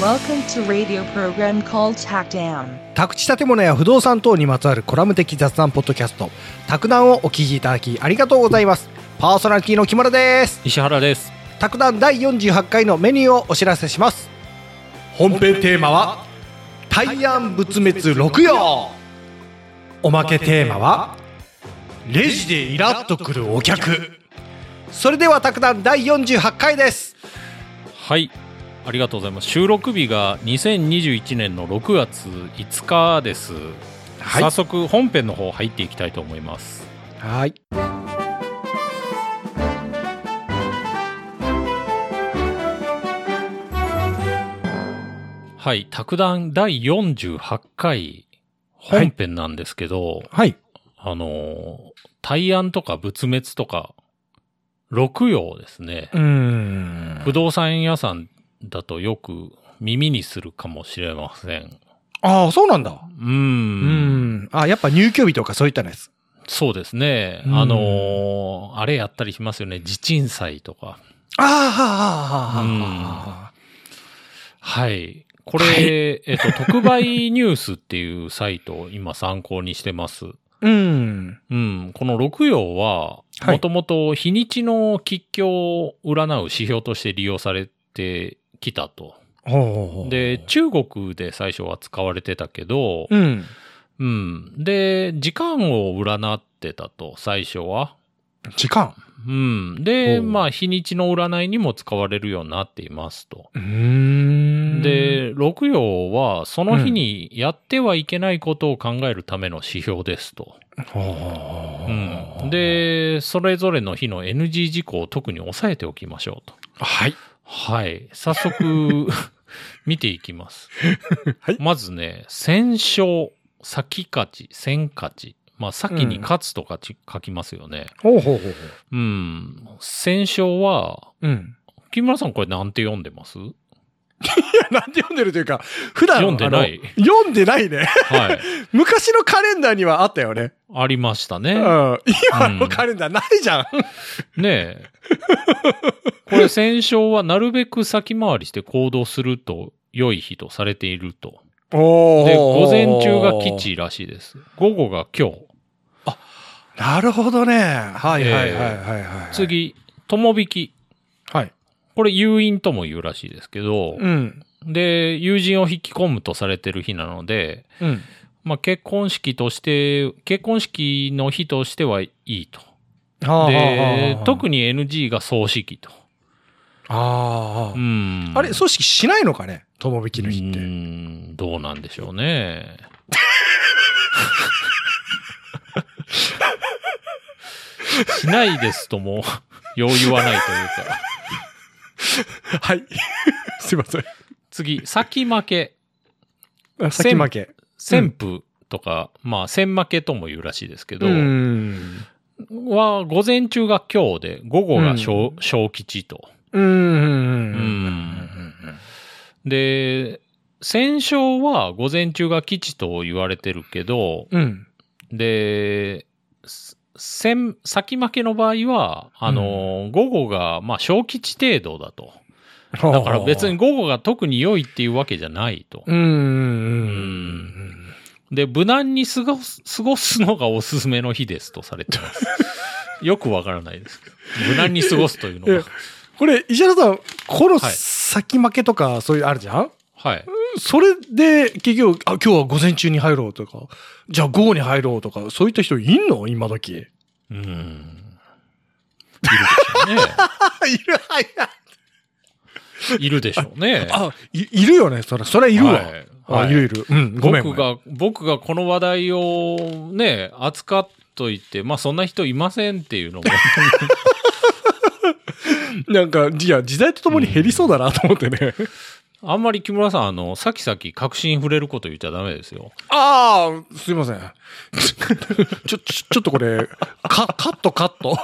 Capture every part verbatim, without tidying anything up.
Welcome to radio program called TACDAM。 宅地建物や不動産等にまつわるコラム的雑談ポッドキャスト、タクダンをお聞きいただきありがとうございます。パーソナリティの木村です。 石原です。 タクダンだいよんじゅうはちかいのメニューをお知らせします。本編テーマは大安仏滅六曜。おまけテーマはレジでイラッとくるお客。それではタクダンだいよんじゅうはちかいです。 はい、ありがとうございます。収録日がにせんにじゅういちねんのろくがついつかです。はい、早速本編の方入っていきたいと思います。 はい。 はい、卓談だいよんじゅうはちかい本編なんですけど、 はい、 あの大安とか仏滅とか六曜ですね。 うーん。 不動産屋さんだとよく耳にするかもしれません。 ああ、そうなんだ。 うーん。うーん。あ、やっぱ入居日とかそういったのです。 そうですね。あのー、あれやったりしますよね。地鎮祭とか。 ああ、はあ、はあ、はあ。 はい。これ、はい、えっと、特売ニュースっていうサイトを今参考にしてます。 うん。 うん。この六曜は、もともと日にちの吉凶を占う指標として利用されてきたと。 ほう。 で、中国で最初は使われてたけど、 うん。 うん。で、時間を占ってたと、最初は。 時間？ うん。で、まあ、日にちの占いにも使われるようになっていますと。 うーん。 で、六曜は、その日にやってはいけないことを考えるための指標ですと。うん、で、それぞれの日の エヌジー 事項を特に押さえておきましょうと。 はい。 はい。早速、見ていきます。 はい。 まずね、戦勝、先勝ち、戦勝ち。まあ、先に勝つとかち、うん、書きますよね。 ほうほうほうほう。 うん。戦勝は、 うん。 木村さんこれなんて読んでます？いや、なんて読んでるというか、普段読んでない。 読んでないね。 はい。 昔のカレンダーにはあったよね。 ありましたね。 うん。今のカレンダーないじゃん。 うん、ねえ。これ、戦勝はなるべく先回りして行動すると良い日とされていると。 おー。 で、午前中が吉らしいです。午後が今日。 あ、なるほどね。はいはいはいはい、はい、 次、友引き。 はい。 これ、誘引とも言うらしいですけど、 うん。で、 友人を引き込むとされてる日なので、 うん。まあ、 結婚式として、結婚式の日としてはいいと。 はあ、 で、 はあ、 特に エヌジー が葬式と。 ああ。 うん。 あれ、葬式しないのかね、友引きの日って。 うん、どうなんでしょうね。しないですとも、よう言わないというか。 はい。すいません。 次、先負け。 先負け。 先布とか、うん、まあ、先負けとも言うらしいですけど、 うんは、午前中が今日で、午後が小、うん、小吉と。 うん。 うん。で、戦勝は午前中が吉と言われてるけど、うん、で、先、先負けの場合は、あの、うん、午後が、まあ、小吉程度だと。だから別に午後が特に良いっていうわけじゃないと。 うん。うんで、無難に過ごす、過ごすのがおすすめの日ですとされてます。よくわからないですけど。無難に過ごすというのは。 これ、石原さん、この先負けとか、そういうあるじゃん？ はい。 それで、結局、あ、今日は午前中に入ろうとか、じゃあ午後に入ろうとか、そういった人いんの？今時。 うーん。いるでしょうね。 いる、はいはい。 いるでしょうね。 あ、い、いるよね。それ、それいるわ。はいはい、 あ、いるいる。うん、ごめん。 僕が、僕がこの話題をね、扱っといて、まあそんな人いませんっていうのも。 なんか、いや、時代とともに減りそうだなと思ってね。 うん、あんまり木村さん、あの、さきさき確信触れること言っちゃダメですよ。 ああ、すいません。ちょ、ちょ、ちょっとこれ、カ、カットカット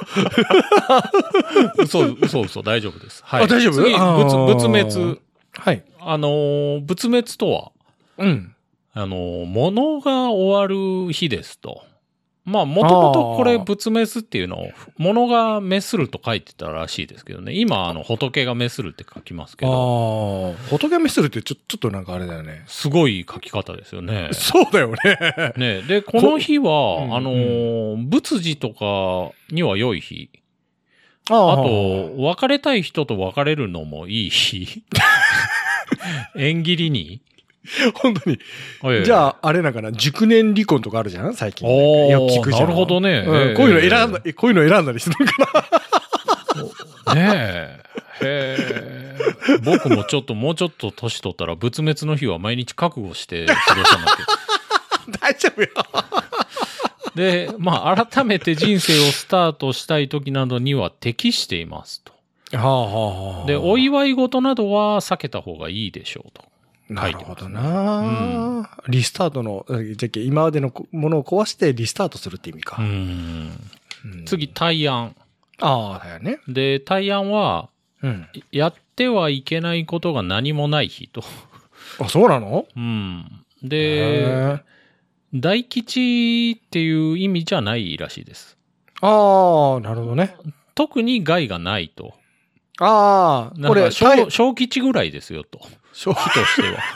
嘘、嘘、嘘、大丈夫です。はい。 あ、大丈夫？ 次、仏、仏滅。 はい。 あのー、仏滅とは、 うん。 あのー、物が終わる日ですと。 まあ、もともとこれ仏滅っていうのを、物が滅すると書いてたらしいですけどね。今、あの、仏が滅するって書きますけど。 ああ、仏が滅するってちょ、ちょっとなんかあれだよね。 すごい書き方ですよね。 そうだよね。 ね。で、この日は、 うん、 あのー、仏事とかには良い日。 あ, あと、別れたい人と別れるのもいい日。縁切りに。 本当に。 ええ、 じゃあ、あれなんかな、熟年離婚とかあるじゃん最近。 よく聞くじゃん。 なるほどね、 うん。こういうの選んだ、えー、こういうの選んだりするのかな。ねえ。へえ。僕もちょっと、もうちょっと年取ったら、仏滅の日は毎日覚悟して過ごさなきゃ。 大丈夫よ。 で、まあ、改めて人生をスタートしたい時などには適していますと。 はあはあはあ、 で、お祝い事などは避けた方がいいでしょうと。 なるほどな、うん、リスタートの、じゃ今までのものを壊してリスタートするって意味か。 うん、うん、次、大安。 ああ、だよね。 で、大安は、 うん、 やってはいけないことが何もない日と。 あ、そうなの？ うん。で、大吉っていう意味じゃないらしいです。 ああ、なるほどね。 特に害がないと。 ああ、 これ小、小吉ぐらいですよと。 小吉としては。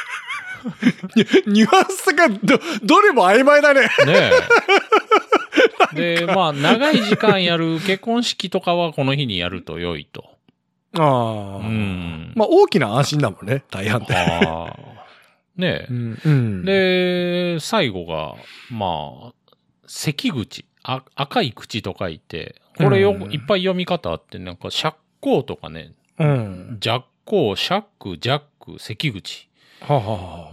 ニュアンスがど、どれも曖昧だね。 ねえ。で、まあ、長い時間やる結婚式とかはこの日にやると良いと。 ああ。うん。まあ、大きな安心だもんね、大半って。ああ。 ねえ、うんうん。で、最後が、まあ、関口。あ、赤い口と書いて、これよ、うん、いっぱい読み方あって、なんか、釈光とかね、うん。寂光、釈ク、ジャック、関口。 ははは。 うん。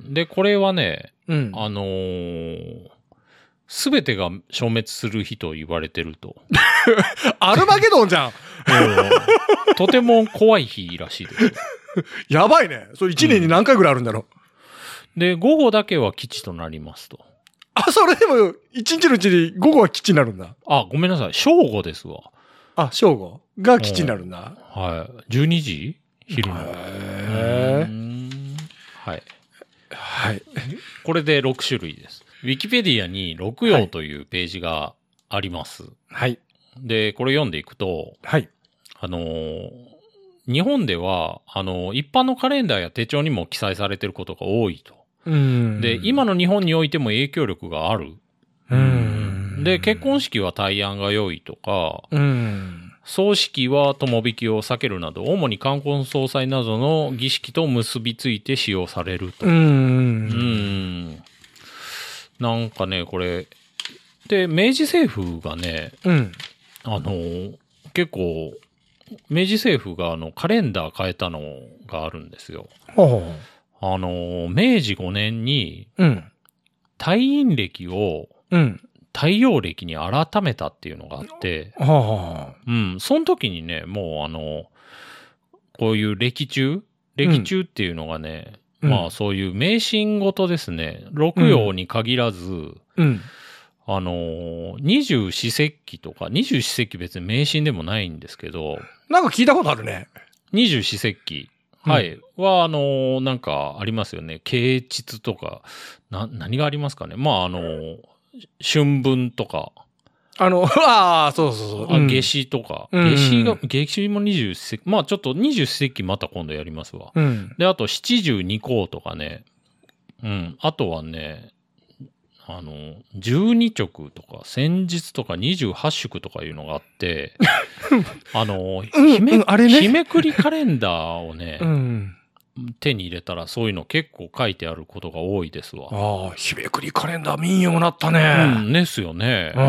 で、これはね、うん、あのー、すべてが消滅する日と言われてると。 アルマゲドンじゃんとても怖い日らしいです。 やばいね。それ一年に何回ぐらいあるんだろう、 うん、で、午後だけは吉となりますと。 あ、それでも、一日のうちに午後は吉になるんだ。 あ、ごめんなさい。正午ですわ。 あ、正午が吉になるんだ。 はい。じゅうにじ昼の。へー。はい。 はい。 これでろく種類です。ウィキペディアに六曜というページがあります。 はい。 で、これ読んでいくと、 はい。 あのー、日本では、あのー、一般のカレンダーや手帳にも記載されていることが多いと。 うんで、今の日本においても影響力がある。 うんで、結婚式は大安が良いとか、 うん葬式は友引きを避けるなど、主に冠婚葬祭などの儀式と結びついて使用されると。 うんうんなんかね、これ、で、明治政府がね、 うん、 あの、結構、明治政府があのカレンダー変えたのがあるんですよ。 ほうあの、明治ごねんに、 うん、 太陰暦を、 うん太陽暦に改めたっていうのがあって、 はあはあ、 うん、その時にね、もうあの、こういう暦中暦中っていうのがね、うん、まあそういう迷信事ですね、六曜に限らず、 うん、 あの、二十四節気とか、二十四節気別に迷信でもないんですけど、 なんか聞いたことあるね。 二十四節気。はい。うん、は、あの、なんかありますよね。啓蟄とか、な、何がありますかね。まああの、春分とか。 あの、ああ、そうそうそう。 あ、夏至とか。 うん、 夏至が、夏至も二十四節気。まあちょっと二十四節気また今度やりますわ。 うん、 で、あと七十二候とかね。うん。あとはね、あの、十二直とか、戦術とか二十八宿とかいうのがあって、あの、日め、 うんあれね、 日めくりカレンダーをね、 うん手に入れたらそういうの結構書いてあることが多いですわ。 ああ、日めくりカレンダー民謡なったね。 うん、ですよね。 うん。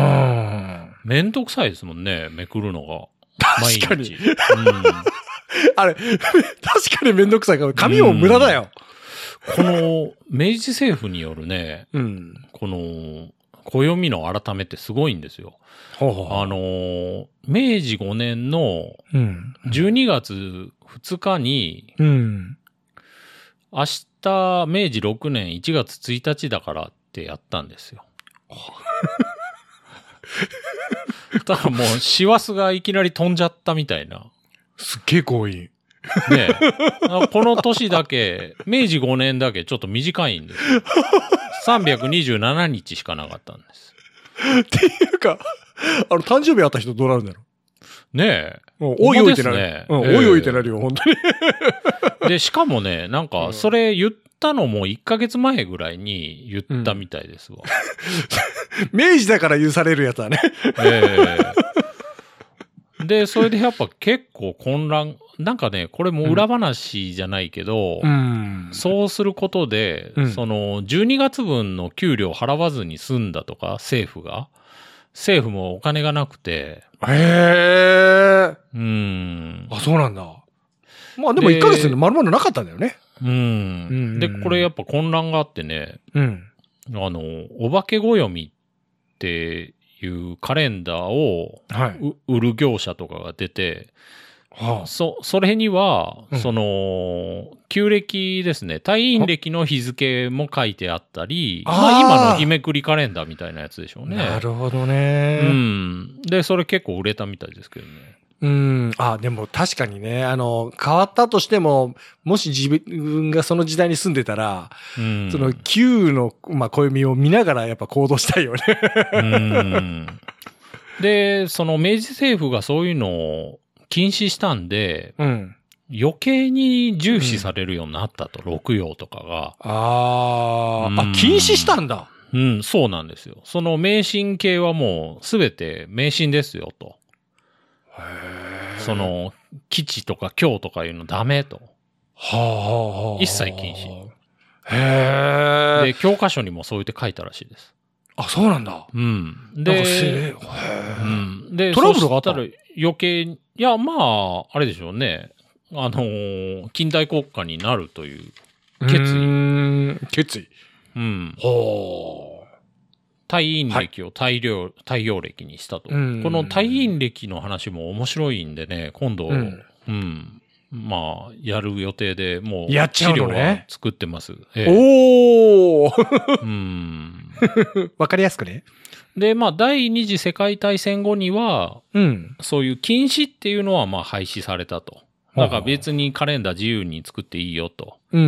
めんどくさいですもんね、めくるのが。 確かに。 毎日。うん、 あれ、確かにめんどくさいから、紙も無駄だよ。 この、明治政府によるね、 うん、この、暦の改めってすごいんですよ。 ほうほうあの、明治ごねんのじゅうにがつふつかに、 うん、 明日、明治ろくねんいちがつついたちだからってやったんですよ。だからもう、師走がいきなり飛んじゃったみたいな。 すっげえ強引。 ねえ。この年だけ、明治ごねんだけちょっと短いんですよ。さんびゃくにじゅうななにちしかなかったんです。 っていうか、あの、誕生日あった人どうなるんだろう。ねえ。 おいおいってなる。ね、うん、えー、おいおいってなるよ、本当に。 で、しかもね、なんか、それ言ったのもいっかげつまえぐらいに言ったみたいですわ。 うん、明治だから許されるやつはね。 えー、で、それでやっぱ結構混乱。なんかね、これも裏話じゃないけど、うん、そうすることで、うん、その、じゅうにがつぶんの給料払わずに済んだとか、政府が。政府もお金がなくて。 へえ。 うん。 あ、そうなんだ。まあでもいっかげつで丸々なかったんだよね。 うん。うん、で、これやっぱ混乱があってね、うん。あの、お化け暦っていうカレンダーを、はい、売る業者とかが出て、はあ、そ、それには、うん、その、旧暦ですね、退院暦の日付も書いてあったり、あまあ今の日めくりカレンダーみたいなやつでしょうね。 なるほどね。 うん。で、それ結構売れたみたいですけどね。 うん。あ、でも確かにね、あの、変わったとしても、もし自分がその時代に住んでたら、うん、その旧の、まあ、暦を見ながらやっぱ行動したいよね。 うん。で、その明治政府がそういうのを禁止したんで、うん、余計に重視されるようになったと、うん、六曜とかが。 あ、うん、あ、禁止したんだ。 うん、そうなんですよ。その迷信系はもうすべて迷信ですよと。へー、その、基地とか教とかいうのダメと。 はあ、はあ、 一切禁止。 へー。 で、教科書にもそう言って書いたらしいです。 あ、そうなんだ。 うん。で、うん、で、 トラブルがあったら余計に、いや、まあ、あれでしょうね。あのー、近代国家になるという決意。うーん、決意。 うん。 ほー。 退院暦を大量、大量暦にしたと。この退院暦の話も面白いんでね、今度、うん、うん、まあ、やる予定で、もう、 やっちゃうのね、 資料は作ってます。 ええ、おーうん。 わかりやすくね。 で、まあ、第二次世界大戦後には、うん、そういう禁止っていうのは、まあ、廃止されたと。だから別にカレンダー自由に作っていいよと。 うん。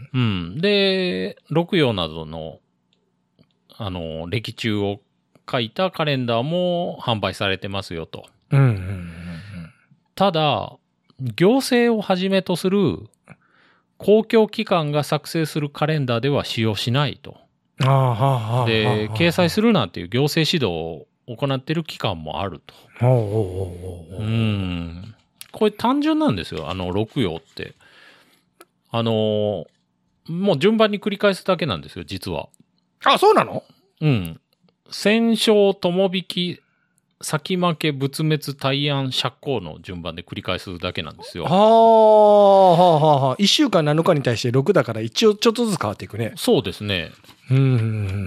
うん。で、六曜などの、あの、歴中を書いたカレンダーも販売されてますよと。 うんうんうんうん、 ただ、行政をはじめとする公共機関が作成するカレンダーでは使用しないと。 ああ、はあ、はあ。 で、掲載するなっていう行政指導を行っている機関もあると。 おうおうおうおう。 うん。これ単純なんですよ、あの、六曜って。あの、もう順番に繰り返すだけなんですよ、実は。 あ、そうなの？ うん。戦勝、友引き、先負け、仏滅、大安、釈光の順番で繰り返すだけなんですよ。 はあ、はあ、はあ。いっしゅうかんなのかに対してろくだから一応ちょっとずつ変わっていくね。 そうですね。 うん。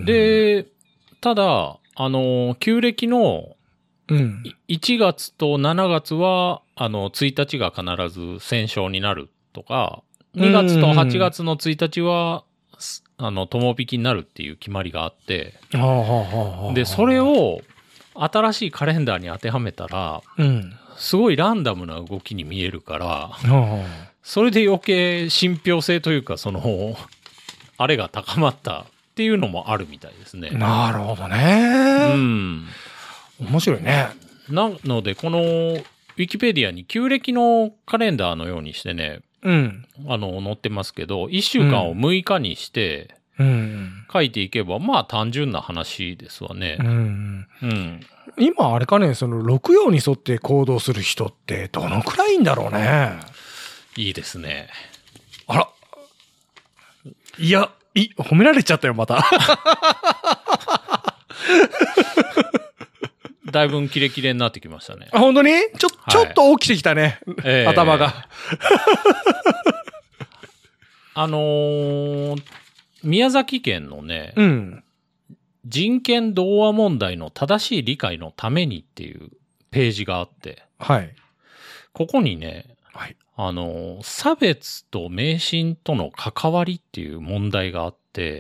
で、ただ、あの、旧暦の、 うん、 いちがつとしちがつは、あの、ついたちが必ず戦勝になるとか、にがつとはちがつのついたちは、あの、友引きになるっていう決まりがあって、で、それを新しいカレンダーに当てはめたら、 うん、 すごいランダムな動きに見えるから、それで余計信憑性というか、その、あれが高まったっていうのもあるみたいですね。 なるほどね。 うん。 面白いね。 なので、この、ウィキペディアに旧暦のカレンダーのようにしてね、 うん、 あの、載ってますけど、いっしゅうかんをむいかにして、 うん、 書いていけば、まあ単純な話ですわね。 うんうん、 今、あれかね、その、六曜に沿って行動する人って、どのくらいいんだろうね。 いいですね。 あら。いや、い、褒められちゃったよ、また。 だいぶキレキレになってきましたね。 あ、本当にちょ、ちょっと起きてきたね。 はい、 頭が。 あのー、宮崎県のね、 うん、 人権童話問題の正しい理解のためにっていうページがあって、 はい。 ここにね、 はい、 あのー、差別と迷信との関わりっていう問題があって、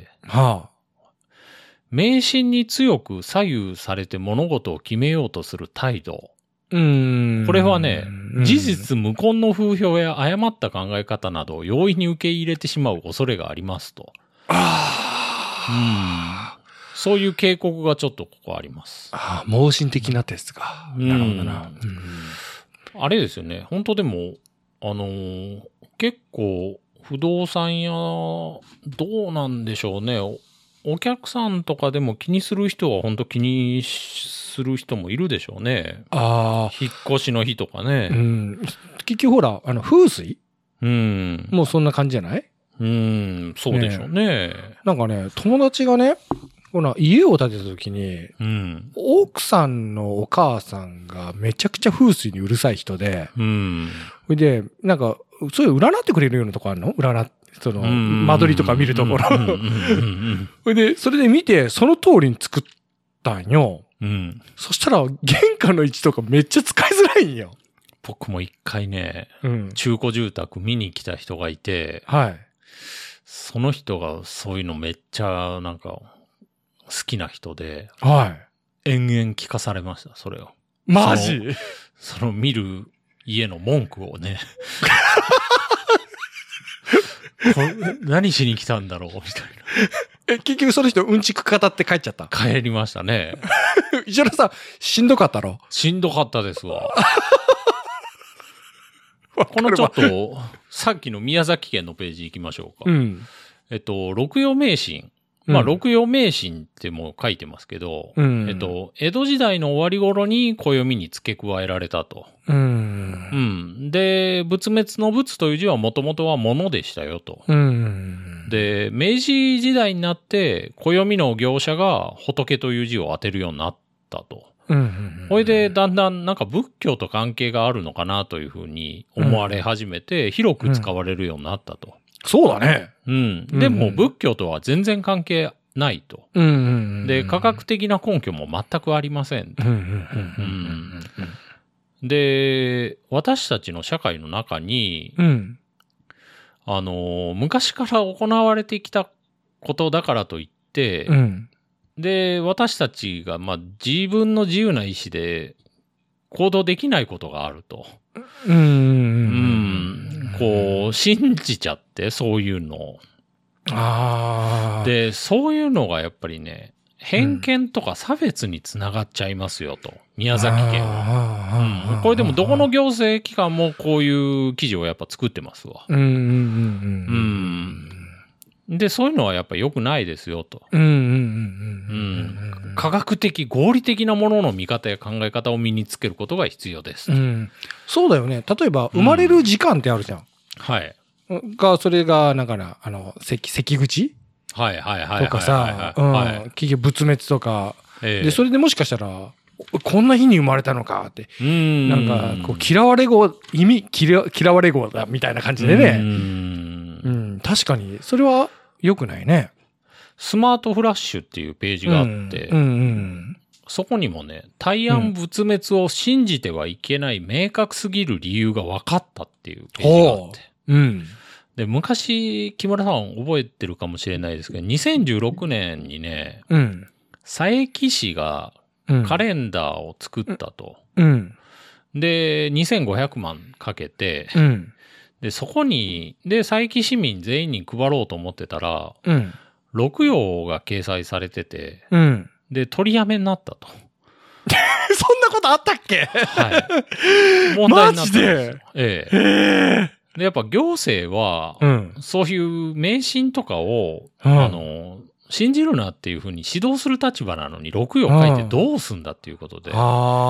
はあ、 迷信に強く左右されて物事を決めようとする態度。 うーん、 これはね、事実無根の風評や誤った考え方などを容易に受け入れてしまう恐れがありますと。 ああ。 うん。 そういう警告がちょっとここあります。 ああ、盲信的なテストか。なるほどな。 うん、あれですよね。本当でも、あのー、結構、不動産屋、どうなんでしょうね。お、お客さんとかでも気にする人は本当気にする人もいるでしょうね。ああ。引っ越しの日とかね。 うん。結局ほら、あの、風水うん。 もうそんな感じじゃない？ うん、そうでしょうね。ね、 なんかね、友達がね、ほら、家を建てた時に、 うん、 奥さんのお母さんがめちゃくちゃ風水にうるさい人で、 うん。 それで、なんか、そういう占ってくれるようなとこあるの？占っその、間取りとか見るところ。それで、それで見て、その通りに作ったんよ。 うん。 そしたら、玄関の位置とかめっちゃ使いづらいんよ。 僕も一回ね、 うん、 中古住宅見に来た人がいて、 はい。 その人がそういうのめっちゃ、なんか、好きな人で、 はい。 延々聞かされました、それを。 マジ？ その、その見る家の文句をね。これ何しに来たんだろうみたいな。 え、結局その人うんちく語って帰っちゃった？ 帰りましたね。 石原さん、しんどかったろ？ しんどかったですわ。このちょっと、さっきの宮崎県のページ行きましょうか。 うん。 えっと、六葉迷信。まあ、六葉迷信ってもう書いてますけど、うん、えっと、江戸時代の終わり頃に暦に付け加えられたと。 うん。 うん。で、仏滅の仏という字はもともとは物でしたよと。 うん。 で、明治時代になって、暦の業者が仏という字を当てるようになったと。 うん。 これでだんだんなんか仏教と関係があるのかなというふうに思われ始めて、広く使われるようになったと。 そうだね。 うん。でも仏教とは全然関係ないと。 うん。 で、科学的な根拠も全くありませんと。で、私たちの社会の中に、 うん、 あの、昔から行われてきたことだからといって、 うん、 で、私たちが、まあ、自分の自由な意思で行動できないことがあると。 うん。うんうん。こう、信じちゃって、そういうのを。 ああ。 で、そういうのがやっぱりね、偏見とか差別につながっちゃいますよと。宮崎県は。うん。これでもどこの行政機関もこういう記事をやっぱ作ってますわ。 うんうんうんうん。 うん。で、そういうのはやっぱ良くないですよと。 うんうんうんうん。 うん。科学的、合理的なものの見方や考え方を身につけることが必要です。 うん。そうだよね。例えば、生まれる時間ってあるじゃん。うん、 はい。 が、それが、なんかな、あの、関、関口はいはいはい。 とかさ、うん。結局、仏滅とか。 ええ、 で、それでもしかしたら、こんな日に生まれたのかって。 うん。 なんか、こう、嫌われ語、意味、嫌、嫌われ語だ、みたいな感じでね。 うん。 うん。確かに、それは良くないね。 スマートフラッシュっていうページがあって、 うんうんうん、 そこにもね、大安仏滅を信じてはいけない明確すぎる理由が分かったっていうページがあって。 うん。 で、昔、木村さん覚えてるかもしれないですけど、にせんじゅうろくねんにね、 うん、 佐伯市がカレンダーを作ったと。 うん。 で、にせんごひゃくまんかけて、 うん、 で、そこに、で、佐伯市民全員に配ろうと思ってたら、 うん、 六葉が掲載されてて、 うん、 で、取りやめになったと。 そんなことあったっけ？ はい。問題になったんですよ。 マジで？ ええ。 へー。 で、やっぱ行政は、 うん、 そういう迷信とかを、 うん、 あの、信じるなっていうふうに指導する立場なのに、六葉書いてどうすんだっていうことで。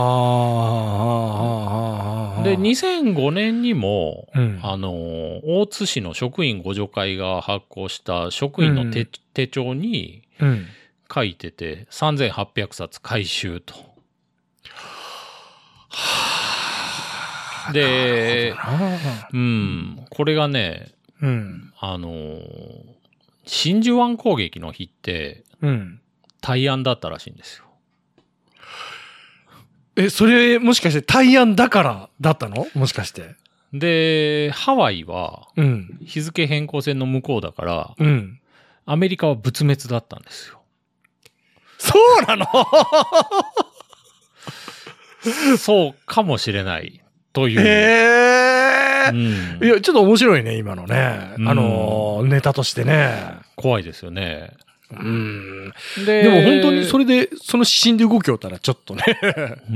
あで、にせんごねんにも、 うん、 あの、大津市の職員互助会が発行した職員の手、うん、手帳に書いてて、さんぜんはっぴゃくさつ回収と。で、うん、これがね、 うん、 あの、真珠湾攻撃の日って、 うん、 大安だったらしいんですよ。 え、それ、もしかして大安だからだったの？もしかして。 で、ハワイは、日付変更線の向こうだから、 うん、 アメリカは仏滅だったんですよ。 そうなの？ そうかもしれないという。 へー、うん。いや、ちょっと面白いね、今のね。 うん、 あの、ネタとしてね。 怖いですよね。 うん。で、でも本当にそれで、その指針で動きよったらちょっとね。うん。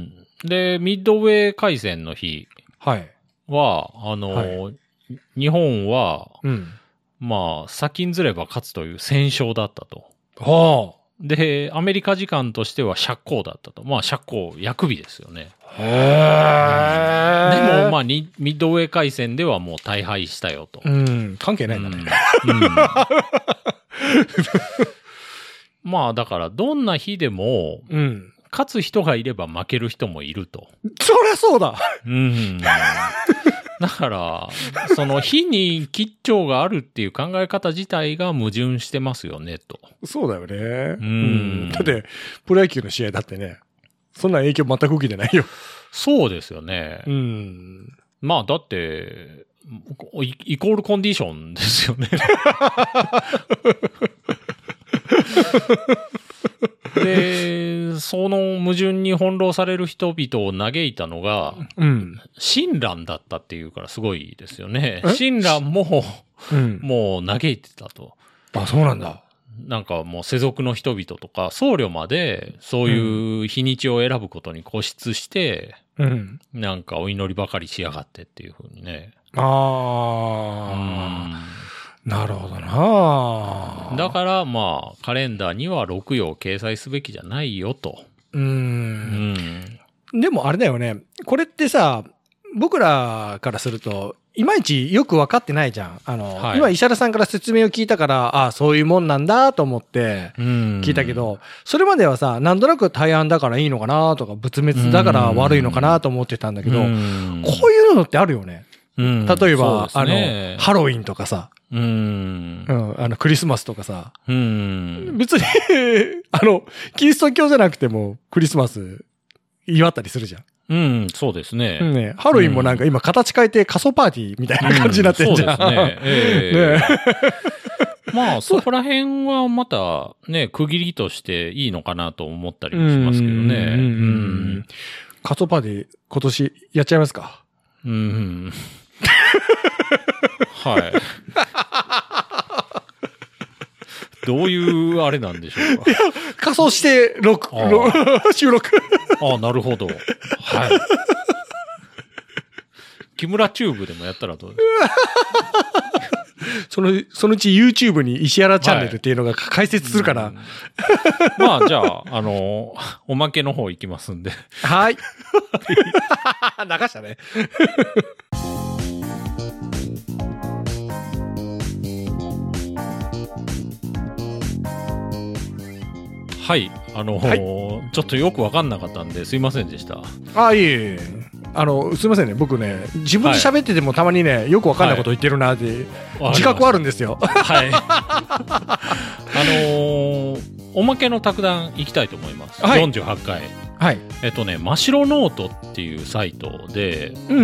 で、ミッドウェー海戦の日は、はい、あの、はい、日本は、うん、まあ、先んずれば勝つという戦勝だったと。はあ。で、アメリカ時間としては釈光だったと。まあ、釈光、役日ですよね。へー。でも、まあ、ミッドウェー海戦ではもう大敗したよと。 うん、関係ないんだね。うんうん、 まあ、だから、どんな日でも、うん、勝つ人がいれば負ける人もいると。 そりゃそうだ。うん。 だから、その日に吉兆があるっていう考え方自体が矛盾してますよね、と。 そうだよね。うん。だって、プロ野球の試合だってね、そんな影響全く受けてないよ。 そうですよね。うん。まあ、だって、イコールコンディションですよね。で、その矛盾に翻弄される人々を嘆いたのが、うん、親鸞だったっていうからすごいですよね。親鸞も、うん、もう嘆いてたと。 あ、そうなんだ。 なんかもう世俗の人々とか僧侶までそういう日にちを選ぶことに固執して、うん、なんかお祈りばかりしやがってっていうふうにね。ああ。うん、なるほどな。 だからまあカレンダーには六曜を掲載すべきじゃないよと。うーん。うん、でもあれだよね。これってさ、僕らからするといまいちよく分かってないじゃん。あの、はい、今石原さんから説明を聞いたから、ああ、そういうもんなんだと思って聞いたけど、それまではさ、なんとなく大安だからいいのかなとか、仏滅だから悪いのかなと思ってたんだけど、こういうのってあるよね。例えば、ね、あの、ハロウィンとかさ、うん、うん、あの、クリスマスとかさ、うん、別に、あの、キリスト教じゃなくてもクリスマス祝ったりするじゃん。 うん、そうですね。 うん、ね、ハロウィンもなんか今形変えて仮装パーティーみたいな感じになってんじゃん。うん、そうですね。えー、ねまあ、そこら辺はまたね、区切りとしていいのかなと思ったりもしますけどね。うんうん、 仮装パーティー今年やっちゃいますか？うん。 はい。どういうあれなんでしょうか。いや、 仮装して録、収録。 ああ、なるほど。はい。木村チューブでもやったらどうですか？その、そのうち YouTube に石原チャンネルっていうのが解説するかな。はい、 まあ、じゃあ、あの、おまけの方行きますんで。 はい。流したね。 はい。あの、はい、ちょっとよくわかんなかったんですいませんでした。 ああ、いえいえ。あの、すいませんね。僕ね、自分で喋っててもたまにね、はい、よくわかんないこと言ってるなって、はい、自覚あるんですよ。はい。 あのー、おまけの卓談行きたいと思います。はい、よんじゅうはちかい。はい。えっとね、真白ノートっていうサイトで、うん。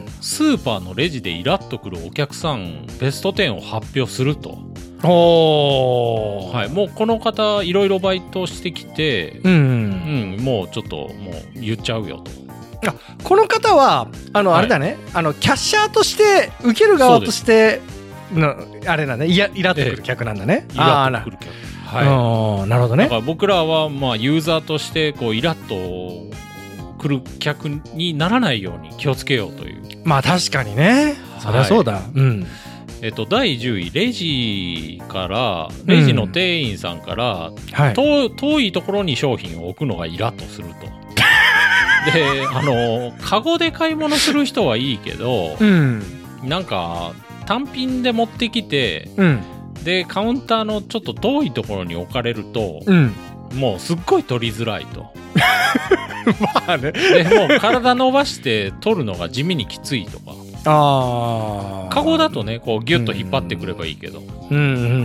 スーパーのレジでイラッとくるお客さんベストじゅうを発表すると。おはい、もうこの方いろいろバイトしてきて、うん、うん、もうちょっともう言っちゃうよと。 あ、この方はあの、はい、あれだね、あのキャッシャーとして受ける側としてのあれだね、イラッとくる客なんだね。ええ、イラッとくる客。はい。なるほどね。だから僕らはまあユーザーとしてこうイラッとくる客にならないように気をつけようという。 まあ確かにね。そりゃそうだ。はい、うん。 えっと、だいじゅうい、レジから、レジの店員さんから、うんはい、遠, 遠いところに商品を置くのがイラッとすると。で、あの、カゴで買い物する人はいいけど、うん、なんか、単品で持ってきて、うん、で、カウンターのちょっと遠いところに置かれると、うん、もうすっごい取りづらいと。まあね。で、もう体伸ばして取るのが地味にきついとか。ああ。カゴだとね、こうギュッと引っ張ってくればいいけど。うんうんうんうんうんうん。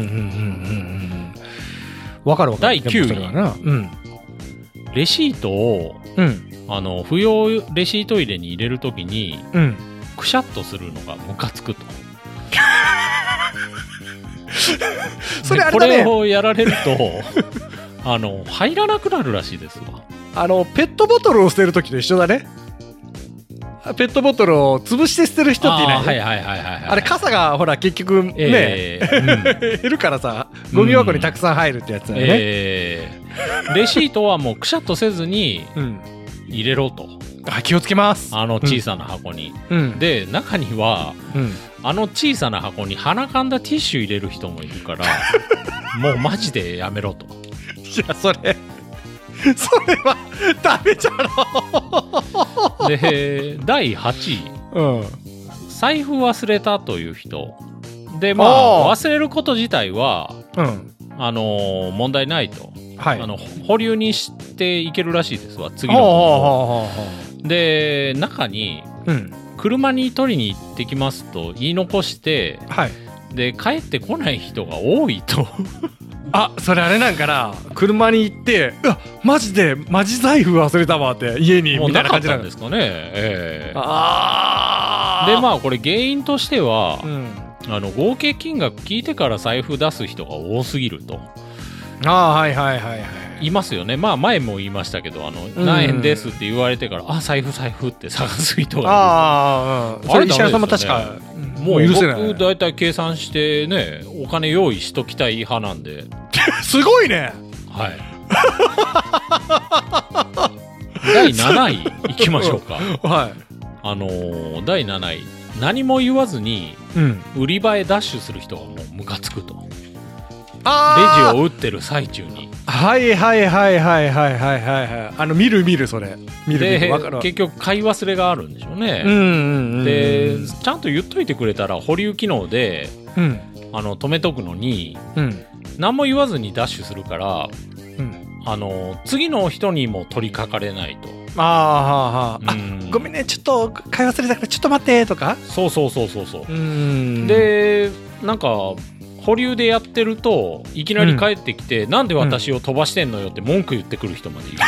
わかるわかる。 だいきゅうい、うん、レシートを、うん、あの不要レシート入れに入れるときに、うん、くしゃっとするのがムカつくと。それあれだね。これをやられるとあの入らなくなるらしいですわ。 あのペットボトルを捨てるときと一緒だね。 ペットボトルを潰して捨てる人っていない？ はいはいはいはい、はい、 あれ傘がほら結局ね、えーうん、減るからさゴミ箱にたくさん入るってやつだよね、 えー、レシートはもうくしゃっとせずに入れろと、 うん、あ気をつけます。 あの小さな箱に、 うん、で中には、うん、あの小さな箱に鼻かんだティッシュ入れる人もいるからもうマジでやめろと。 いやそれそれはダメじゃろでだいはちい、うん、財布忘れたという人で、まあ忘れること自体は、うん、あのー、問題ないと、はい、あの保留にしていけるらしいですわ次ので中に、うん、車に取りに行ってきますと言い残して、はい、で帰ってこない人が多いとあ、それあれなんかな、車に行ってうわマジでマジ財布忘れたわって家にみたいな感じなんですかね、 えー、あでまあこれ原因としては、うん、あの合計金額聞いてから財布出す人が多すぎると。 あはいはいはいはいいますよね。まあ前も言いましたけどあの、うん、何円ですって言われてからあ財布財布って探す人がいる。 ああ、うん、それ石原さんも確かもう許せない。僕だいたい計算してねお金用意しときたい派なんですごいね。 はいだいなないいきましょうか、はい、あのー、だいなない何も言わずに、うん、売り場へダッシュする人がもうムカつくと。あレジを打ってる最中にはいはいはいはいはいはいはいあの見る見るそれ見る見るで分かる。結局買い忘れがあるんでしょうね、うんうんうんうん、でちゃんと言っといてくれたら保留機能で、うん、あの止めとくのに、うん、何も言わずにダッシュするから、うん、あの次の人にも取りかかれないと。 ああ、はあ、うん、あごめんねちょっと買い忘れたからちょっと待ってとか。 そうそうそうそうそう。うんでなんか保留でやってるといきなり帰ってきて、うん、なんで私を飛ばしてんのよって文句言ってくる人までいる、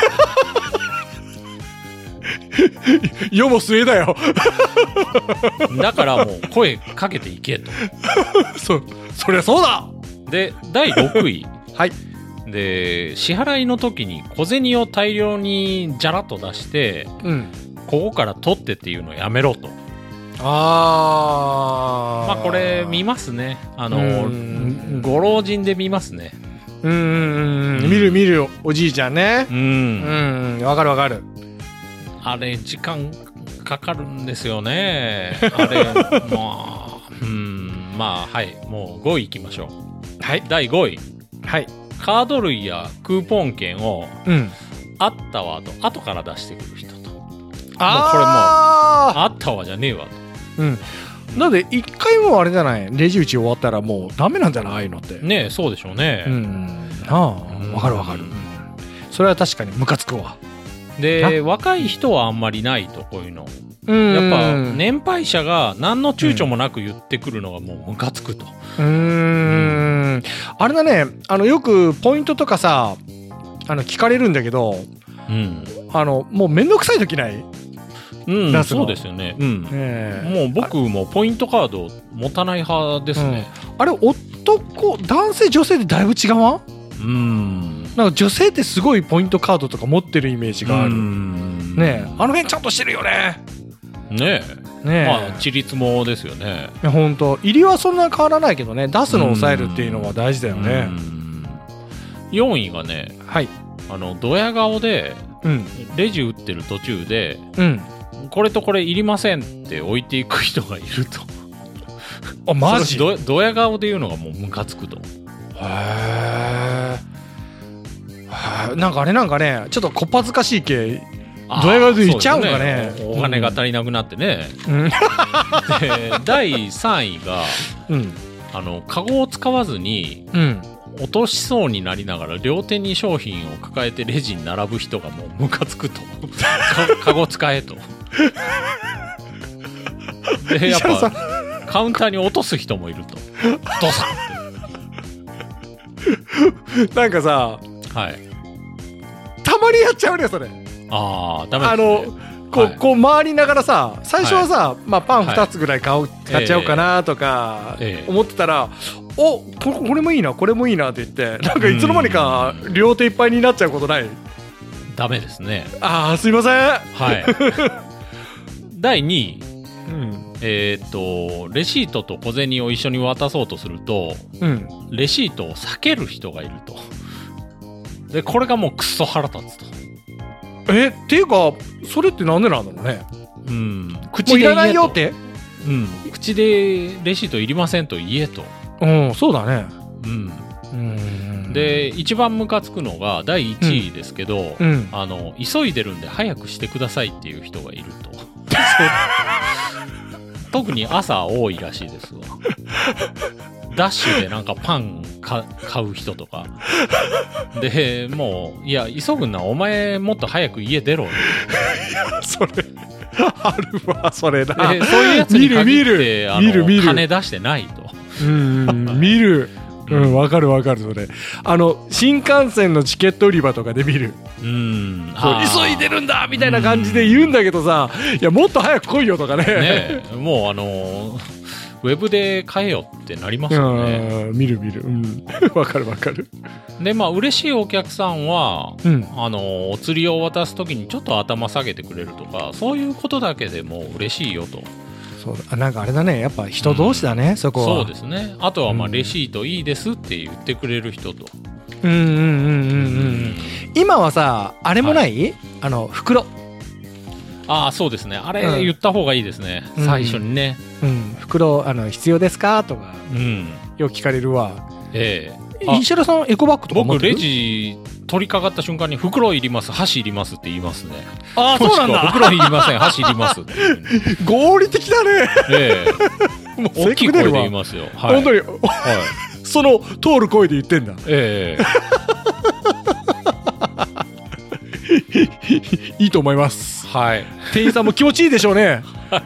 うん、世も末だよだからもう声かけていけとそ, そりゃそうだ。 でだいろくいはいで支払いの時に小銭を大量にジャラッと出して、うん、ここから取ってっていうのをやめろと。あまあこれ見ますね。あのご老人で見ますね。 うんうん、うん、見る見るおじいちゃんね。うんうんわかるわかる。 あれ時間かかるんですよね。あれまあうんまあはいもうごいいきましょう。はいだいごいはいカード類やクーポン券を、うん、あったわと後から出してくる人と。あもうこれもうあったわじゃねえわと。 うん、なんで一回もあれじゃないレジ打ち終わったらもうダメなんじゃないああいうのってねえそうでしょうね。うんああわかるわかる、うん、それは確かにムカつくわ。 で若い人はあんまりないとこういうのうんやっぱ年配者が何の躊躇もなく言ってくるのがもうムカつくと。うーん、 うん、あれだねあのよくポイントとかさあの聞かれるんだけど、うん、あのもうめんどくさい時ないうん、そうですよね、うんえー、もう僕もポイントカード持たない派ですね、 うん、あれ男男性女性でだいぶ違うわ。うんなんか女性ってすごいポイントカードとか持ってるイメージがある。うんねえあの辺ちゃんとしてるよね。 ねえねえまあちりつもですよね。 いや本当入りはそんな変わらないけどね出すのを抑えるっていうのは大事だよね。うんよんいがねはいあのドヤ顔で、うん、レジ打ってる途中で、うんこれとこれいりませんって置いていく人がいると。 あマジどドヤ顔で言うのがもうムカつくと。へえなんかあれなんかねちょっとこっぱずかしい系ドヤ顔で言っちゃうんか ね, ねお金が足りなくなってね、うん、でだいさんいが、うん、あのカゴを使わずに、うん落としそうになりながら両手に商品を抱えてレジに並ぶ人がもうムカつくとカゴ使えとでやっぱカウンターに落とす人もいるとドサンってなんかさ、はい、たまにやっちゃうねそれ。 ああダメですね。 あのこう、はい、こう回りながらさ最初はさ、はいまあ、パンふたつぐらい買う、はい、買っちゃおうかなとか思ってたら、えーおここれもいいなこれもいいなって言ってなんかいつの間にか両手いっぱいになっちゃうことない？ ダメですね。 あーすいません。 はいだいにい、 うん、 えー、っとレシートと小銭を一緒に渡そうとすると、うん、レシートを避ける人がいると。でこれがもうクソ腹立つと。 えっていうかそれってなんでなんだろうね。 うん、口で言えと。もういらないよって、うん、口でレシートいりませんと言えと。 うん、そうだね。 うん。うんで一番ムカつくのがだいいちいですけど、うん、あの急いでるんで早くしてくださいっていう人がいると。特に朝多いらしいですわ。ダッシュでなんかパンか買う人とかで、もういや急ぐんな、お前もっと早く家出ろよ。 それあるわ、それな。 でそういうやつに限ってあの金出してないと。 うん見る。うん、わかるわかる。それあの新幹線のチケット売り場とかで見る。うん急いでるんだみたいな感じで言うんだけどさ、いやもっと早く来いよとかね。 ねもうあのー、ウェブで買えよってなりますよね。 見る見る。うんわかるわかる。 でまあ嬉しいお客さんは、うん、あのー、お釣りを渡すときにちょっと頭下げてくれるとか、そういうことだけでも嬉しいよと。 そうだ、なんかあれだね、やっぱ人同士だね、うん、そこは。 そうですね。あとはまあレシートいいですって言ってくれる人と。 うんうんうんうんうん。今はさあれもない、はい、あの袋。 ああそうですね、あれ言った方がいいですね、うん、最初にね、 うん、袋あの必要ですかとか、うん、よく聞かれるわ。ええー、石原さんエコバッグとか持ってる？ 僕レジ取り掛かった瞬間に袋いります、箸いりますって言いますね。 ああそうなんだ。 袋いりません、箸いりますって合理的だね。ええー、もう大きい声で言いますよ、 はい、本当に、はい、その通る声で言ってんだ。ええー、いいと思います。はい、店員さんも気持ちいいでしょうね。はい、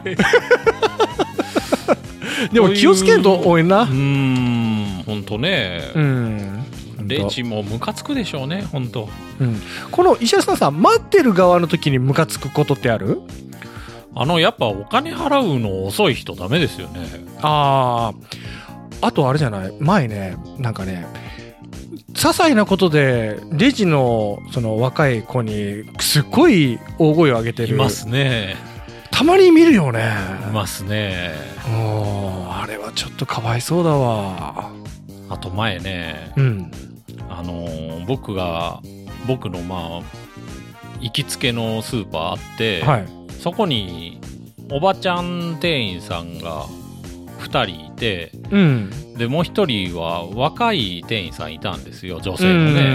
でも気をつけんと応援な。うーん本当ね。うんレジもムカつくでしょうね本当、 うん、この石原さんさ、待ってる側の時にムカつくことってある？ あのやっぱお金払うの遅い人ダメですよね。 あああとあれじゃない、前ねなんかね些細なことでレジのその若い子にすっごい大声を上げてる。 いますね。 たまに見るよね。 いますね。 あれはちょっとかわいそうだわ。 あと前ね、うんあのー、僕が僕のまあ行きつけのスーパーあって、はい、そこにおばちゃん店員さんがふたりいて、うん、でもうひとりは若い店員さんいたんですよ、女性のね。うん、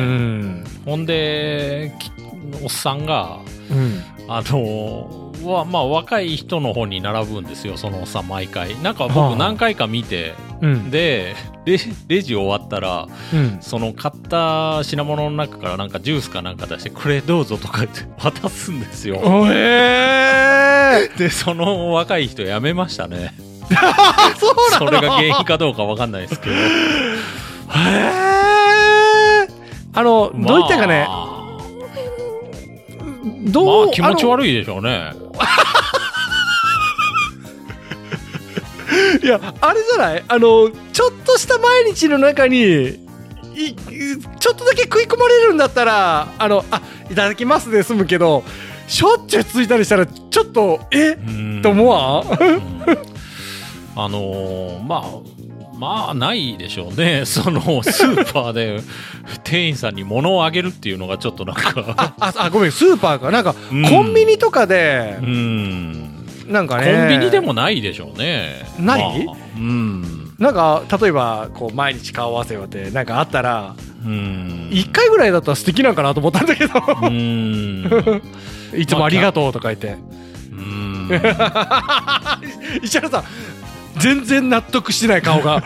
ほんでおっさんが、うん、あのーはまあ、若い人の方に並ぶんですよ、そのおっさん毎回。なんか僕何回か見て、はあ、で レ, レジ終わったら、うん、その買った品物の中からなんかジュースかなんか出してこれどうぞとか言って渡すんですよ。えー、でその若い人辞めましたね。そうなの？それが原因かどうか分かんないですけど。へえ。あの、まあ、どういったかね、 どう、まあ、気持ち悪いでしょうね。 いやあれじゃない、あのちょっとした毎日の中にいちょっとだけ食い込まれるんだったらあのあいただきますで済むけど、しょっちゅうついたりしたらちょっとえと思わん？ あのー、まあまあないでしょうね。そのスーパーで店員さんに物をあげるっていうのがちょっとなんかあ, あ, あごめんスーパーかなんか、うん、コンビニとかでうんなんかね、 コンビニでもないでしょうね。 ない、まあ、うんなんか例えばこう毎日顔合わせようってなんかあったらうんいっかいぐらいだったら素敵なんかなと思ったんだけどうんいつもありがとうとか言って、うん石原さん全然納得してない顔が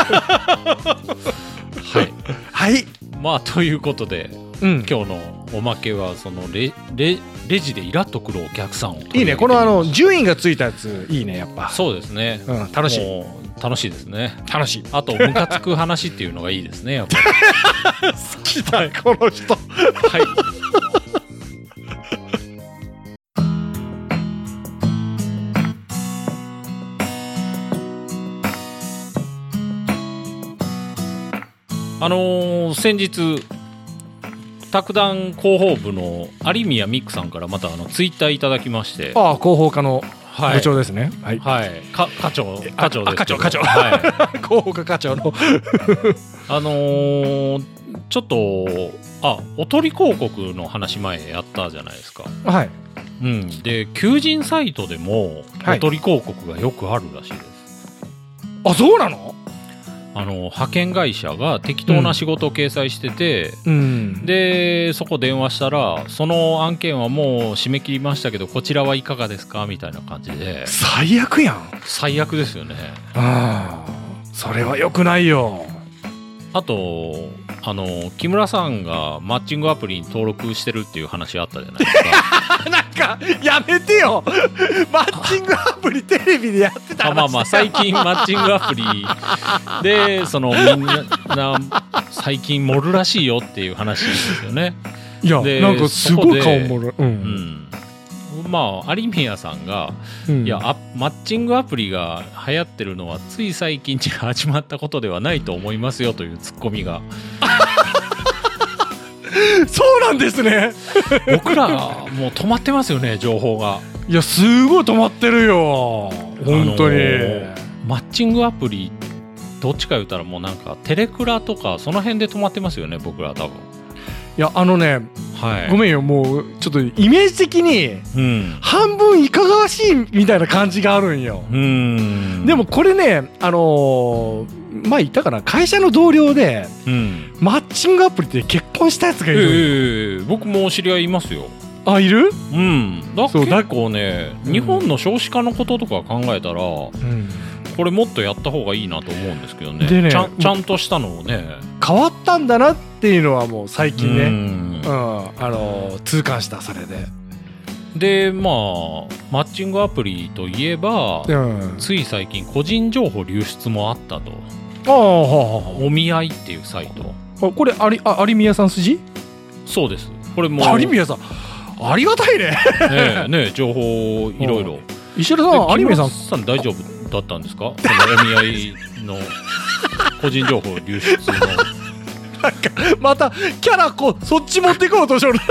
はいはいまあということで、うん、今日のおまけはその レ, レ, レジでイラッとくるお客さんをいいね。このあの順位がついたやついいね。やっぱそうですね、 うん、楽しい楽しいですね。 楽しい。 あとムカつく話っていうのがいいですねやっぱり好きだ、はい、この人はいあのー、先日卓談広報部の有宮ミックさんからまたあのツイッターいただきまして、 ああ広報課の部長ですね。 はい、はい、か課長課長です課長課長、 はい、 広報課課長のあのー、ちょっとあおとり広告の話前やったじゃないですか。 はい。 うん、で求人サイトでもおとり広告がよくあるらしいです。 あ、そうなの？ あの派遣会社が適当な仕事を掲載してて、 うん、 でそこ電話したらその案件はもう締め切りましたけどこちらはいかがですかみたいな感じで。 最悪やん。 最悪ですよね。 ああ、それは良くないよ。 あとあの木村さんがマッチングアプリに登録してるっていう話あったじゃないですか。 なんかやめてよ。マッチングアプリテレビでやってた話。 あまあまあ最近マッチングアプリでそのみんな最近盛るらしいよっていう話ですよね。 いやなんかすごい顔盛る。うん。 うんまあ有宮さんが、うん、いやあマッチングアプリが流行ってるのはつい最近に始まったことではないと思いますよというツッコミがそうなんですね。 僕らもう止まってますよね情報が。 いやすごい止まってるよ本当に、あのー、 マッチングアプリどっちか言ったらもうなんかテレクラとかその辺で止まってますよね僕ら多分。 いやあのね、はい、ごめんよもうちょっとイメージ的に、うん、半分いかがわしいみたいな感じがあるんよ。うん、でもこれねあのー、前言ったかな会社の同僚で、うん、マッチングアプリで結婚したやつがいる、えー、僕も知り合いいますよ。 あいる？ うんだ結構ね、うん、日本の少子化のこととか考えたら、うんこれもっとやった方がいいなと思うんですけど ね, でねちゃん、ちゃんとしたのをね変わったんだなっていうのはもう最近ね、うんうん、あの痛感したそれで。 でまあマッチングアプリといえば、うん、つい最近個人情報流出もあったと。ああお見合いっていうサイト。 あこれありあ有宮さん筋？ そうです。これも有宮さんありがたいね。 ねえねえ情報いろいろ。 石原さん有宮さんさん大丈夫だったんですか？そのお見合いの個人情報流出のなんかまたキャラこそっち持っていこうとしよる。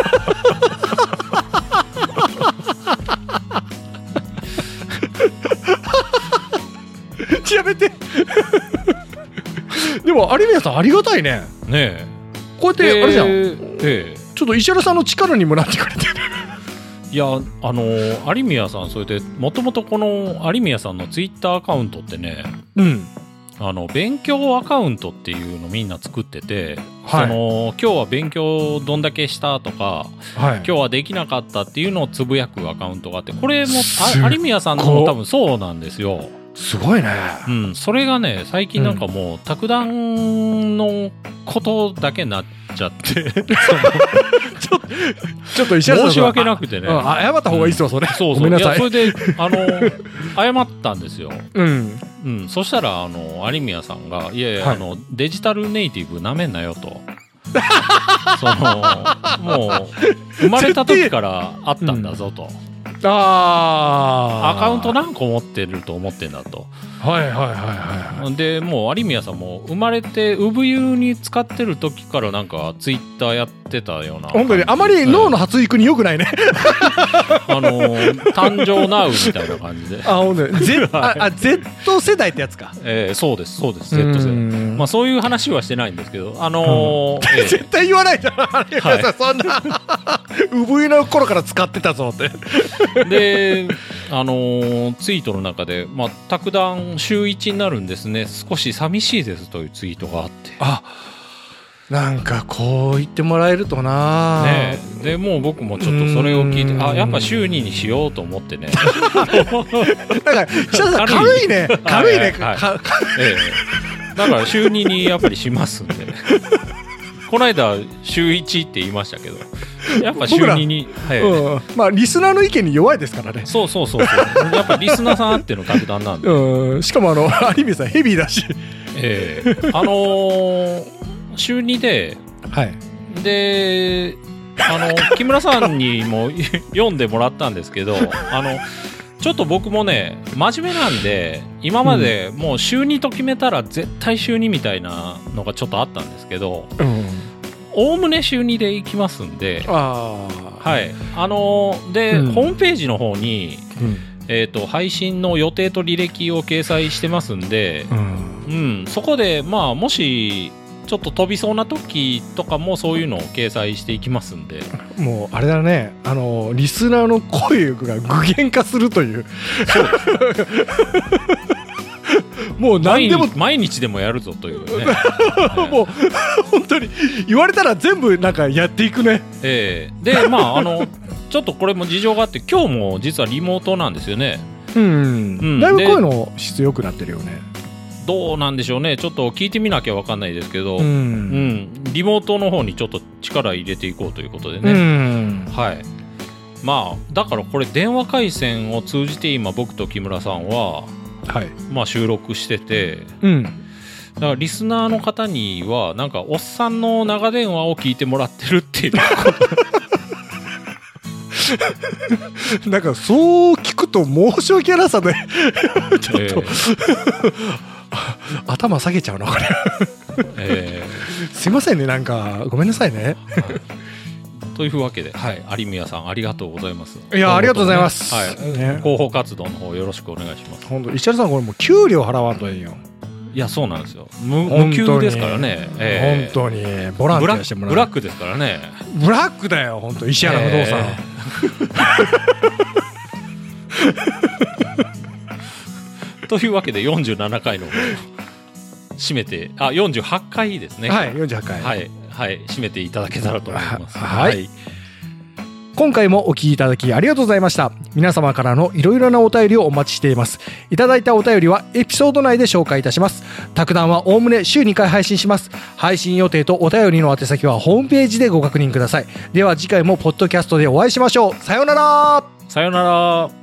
やめて。でも有宮さんありがたいね。 ねえこうやってあれじゃん、えーえー、ちょっと石原さんの力にもなってくれてる。 いやあの有宮さんそれでもともとこの有宮さんのツイッターアカウントってね、うん、あの勉強アカウントっていうのみんな作ってて、はい、その今日は勉強どんだけしたとか、はい、今日はできなかったっていうのをつぶやくアカウントがあってこれも有宮さんのも多分そうなんですよ。 すごいね、 うん、それがね最近なんかもう、うん、卓談のことだけになっちゃってちょちょっと石原さん申し訳なくてね、 うん、謝った方がいいですよそれ、うん、 そうそうごめんなさい。いやそれであの謝ったんですよ、うんうん、そしたらあの有宮さんがいやいや、はい、あのデジタルネイティブなめんなよとそのもう生まれた時からあったんだぞと、うん、あアカウント何個持ってると思ってんだと。 はいはいはいはい、はい、 でもう有宮さんも生まれて産湯に使ってる時からなんかツイッターやってたような。 本当にあまり脳の発育に良くないね。 あの誕生ナウみたいな感じで。 あ本当に Z, ああ Z 世代ってやつか。 えー、そうですそうです Z 世代。まあそういう話はしてないんですけどあのーうんえー、絶対言わないじゃん有宮さん、はい、そんな産湯の頃から使ってたぞって。 であのー、ツイートの中でまあ卓談週いちになるんですね少し寂しいですというツイートがあって、 あなんかこう言ってもらえるとな、 ね、でもう僕もちょっとそれを聞いてあやっぱ週ににしようと思ってねなんかさ軽いね軽いね、はいはいはいええ、だから週ににやっぱりしますんでこの間週いちって言いましたけどやっぱ週にに、はいうん、まあリスナーの意見に弱いですからね。 そうそうそうそうやっぱリスナーさんあっての卓談なんで、 うん、しかもあの有宮さんヘビーだし、 えー、あのー、週にで、はい、であの木村さんにも読んでもらったんですけどあのちょっと僕もね真面目なんで今までもう週にと決めたら絶対週にみたいなのがちょっとあったんですけど、おおむね週にで行きますんで、あはいあのー、で、うん、ホームページの方に、うんえーと、配信の予定と履歴を掲載してますんで、うんうん、そこで、まあ、もしちょっと飛びそうな時とかもそういうのを掲載していきますんで、 もうあれだね、あのリスナーの声が具現化するというもう何でも毎日でもやるぞというねもう本当に言われたら全部なんかやっていくね。 えー、でまああのちょっとこれも事情があって、今日も実はリモートなんですよね。 うん、うん、だいぶ声の質良くなってるよね。 どうなんでしょうね、ちょっと聞いてみなきゃ分かんないですけど、うん、うん、リモートの方にちょっと力入れていこうということでね、うん、はい。まあだからこれ電話回線を通じて今僕と木村さんは、はい、まあ収録してて、うん、だからリスナーの方にはなんかおっさんの長電話を聞いてもらってるっていうなんかそう聞くと申し訳なさでちょっと、えー、頭下げちゃうなこれ、えー、すいませんね、なんかごめんなさいねというわけで、はい、有宮さんありがとうございます。 いや、ありがとうございます、 はいね、広報活動の方よろしくお願いします。 本当石原さん、これもう給料払わんといいよ。 いや、そうなんですよ、 無, 無給ですからね、 えー、本当にボランティアしてもらう。 ブラックですからね。 ブラックだよ本当、石原不動産、えー、というわけでよんじゅうななかいの締めて、あ、よんじゅうはちかいですね。 はい、よんじゅうはちかい、 はいはい、締めていただけたらと思います。 はい、はい、今回もお聞きいただきありがとうございました。皆様からのいろいろなお便りをお待ちしています。いただいたお便りはエピソード内で紹介いたします。卓談はおおむね週にかい配信します。配信予定とお便りの宛先はホームページでご確認ください。では次回もポッドキャストでお会いしましょう。さようなら。 さようなら。